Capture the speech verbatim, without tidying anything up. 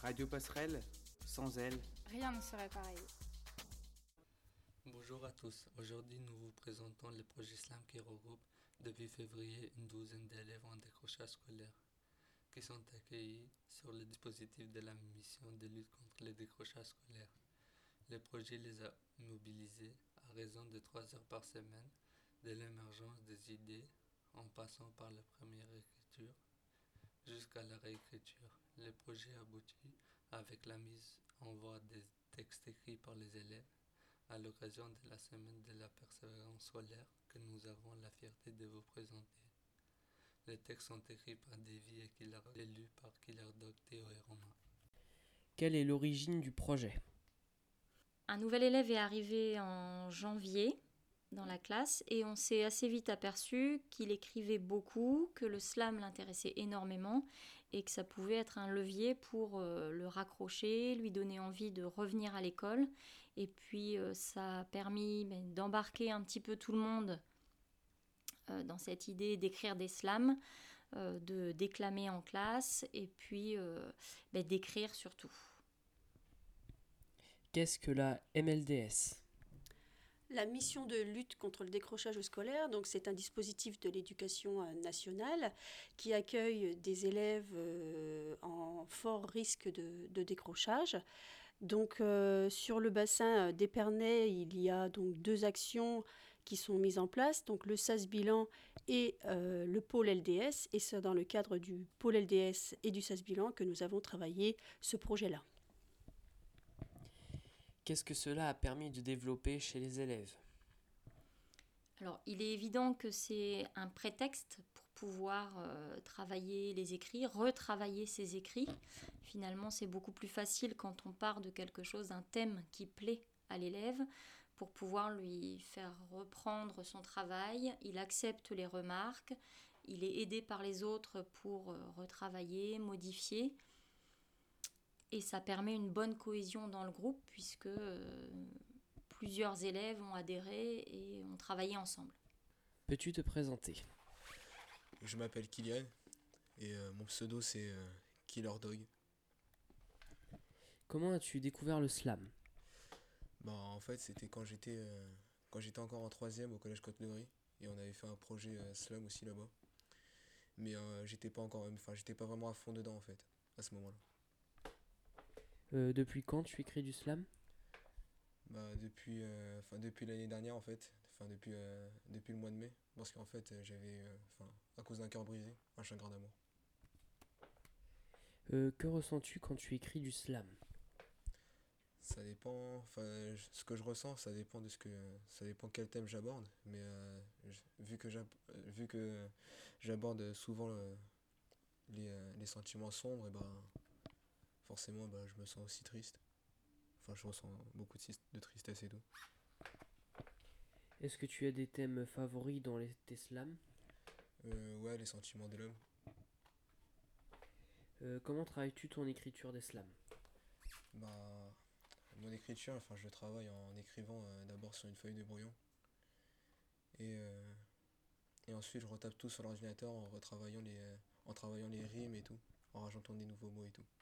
Radio Passerelle, sans elle, rien ne serait pareil. Bonjour à tous, aujourd'hui nous vous présentons le projet SLAM qui regroupe depuis février une douzaine d'élèves en décrochage scolaire qui sont accueillis sur le dispositif de la mission de lutte contre le décrochage scolaire. Le projet les a mobilisés à raison de trois heures par semaine, de l'émergence des idées en passant par la première écriture jusqu'à la réécriture. Le projet aboutit avec la mise en voie des textes écrits par les élèves à l'occasion de la semaine de la persévérance scolaire que nous avons la fierté de vous présenter. Les textes sont écrits par Davy et Killer et lus par Killer Dog, Théo et Romain. Quelle est l'origine du projet ? Un nouvel élève est arrivé en janvier dans la classe et on s'est assez vite aperçu qu'il écrivait beaucoup, que le slam l'intéressait énormément et que ça pouvait être un levier pour euh, le raccrocher, lui donner envie de revenir à l'école. Et puis euh, ça a permis ben, d'embarquer un petit peu tout le monde euh, dans cette idée d'écrire des slams, euh, de déclamer en classe et puis euh, ben, d'écrire surtout. Qu'est-ce que la M L D S ? La mission de lutte contre le décrochage scolaire, donc c'est un dispositif de l'éducation nationale qui accueille des élèves euh, en fort risque de, de décrochage. Donc euh, sur le bassin d'Épernay, il y a donc deux actions qui sont mises en place, donc le S A S Bilan et euh, le pôle L D S, et c'est dans le cadre du pôle L D S et du S A S Bilan que nous avons travaillé ce projet-là. Qu'est-ce que cela a permis de développer chez les élèves ? Alors, il est évident que c'est un prétexte pour pouvoir euh, travailler les écrits, retravailler ses écrits. Finalement, c'est beaucoup plus facile quand on part de quelque chose, d'un thème qui plaît à l'élève, pour pouvoir lui faire reprendre son travail. Il accepte les remarques, il est aidé par les autres pour euh, retravailler, modifier. Et ça permet une bonne cohésion dans le groupe puisque euh, plusieurs élèves ont adhéré et ont travaillé ensemble. Peux-tu te présenter ? Je m'appelle Kylian et euh, mon pseudo c'est euh, Killer Dog. Comment as-tu découvert le slam ? Bah, en fait c'était quand j'étais euh, quand j'étais encore en troisième au collège Côte-Legris et on avait fait un projet euh, slam aussi là-bas. Mais euh, j'étais pas encore, enfin j'étais pas vraiment à fond dedans en fait à ce moment-là. Euh, depuis quand tu écris du slam ? Bah depuis euh, enfin depuis l'année dernière en fait, enfin depuis euh, depuis le mois de mai parce qu'en fait euh, j'avais euh, enfin à cause d'un cœur brisé, un chagrin d'amour. euh, Que ressens-tu quand tu écris du slam ? Ça dépend, enfin je- ce que je ressens, ça dépend de ce que ça dépend quel thème j'aborde, mais euh, je- vu que j'ab- euh, vu que j'aborde souvent le- les, euh, les sentiments sombres, et ben forcément bah, je me sens aussi triste. Enfin je ressens beaucoup de, sis- de tristesse et tout. Est-ce que tu as des thèmes favoris dans les, tes slams ? Euh, ouais, les sentiments de l'homme. euh, Comment travailles-tu ton écriture des slams ? Bah mon écriture, enfin je travaille en écrivant euh, d'abord sur une feuille de brouillon et euh, et ensuite je retape tout sur l'ordinateur en retravaillant les euh, en travaillant les rimes et tout, en rajoutant des nouveaux mots et tout.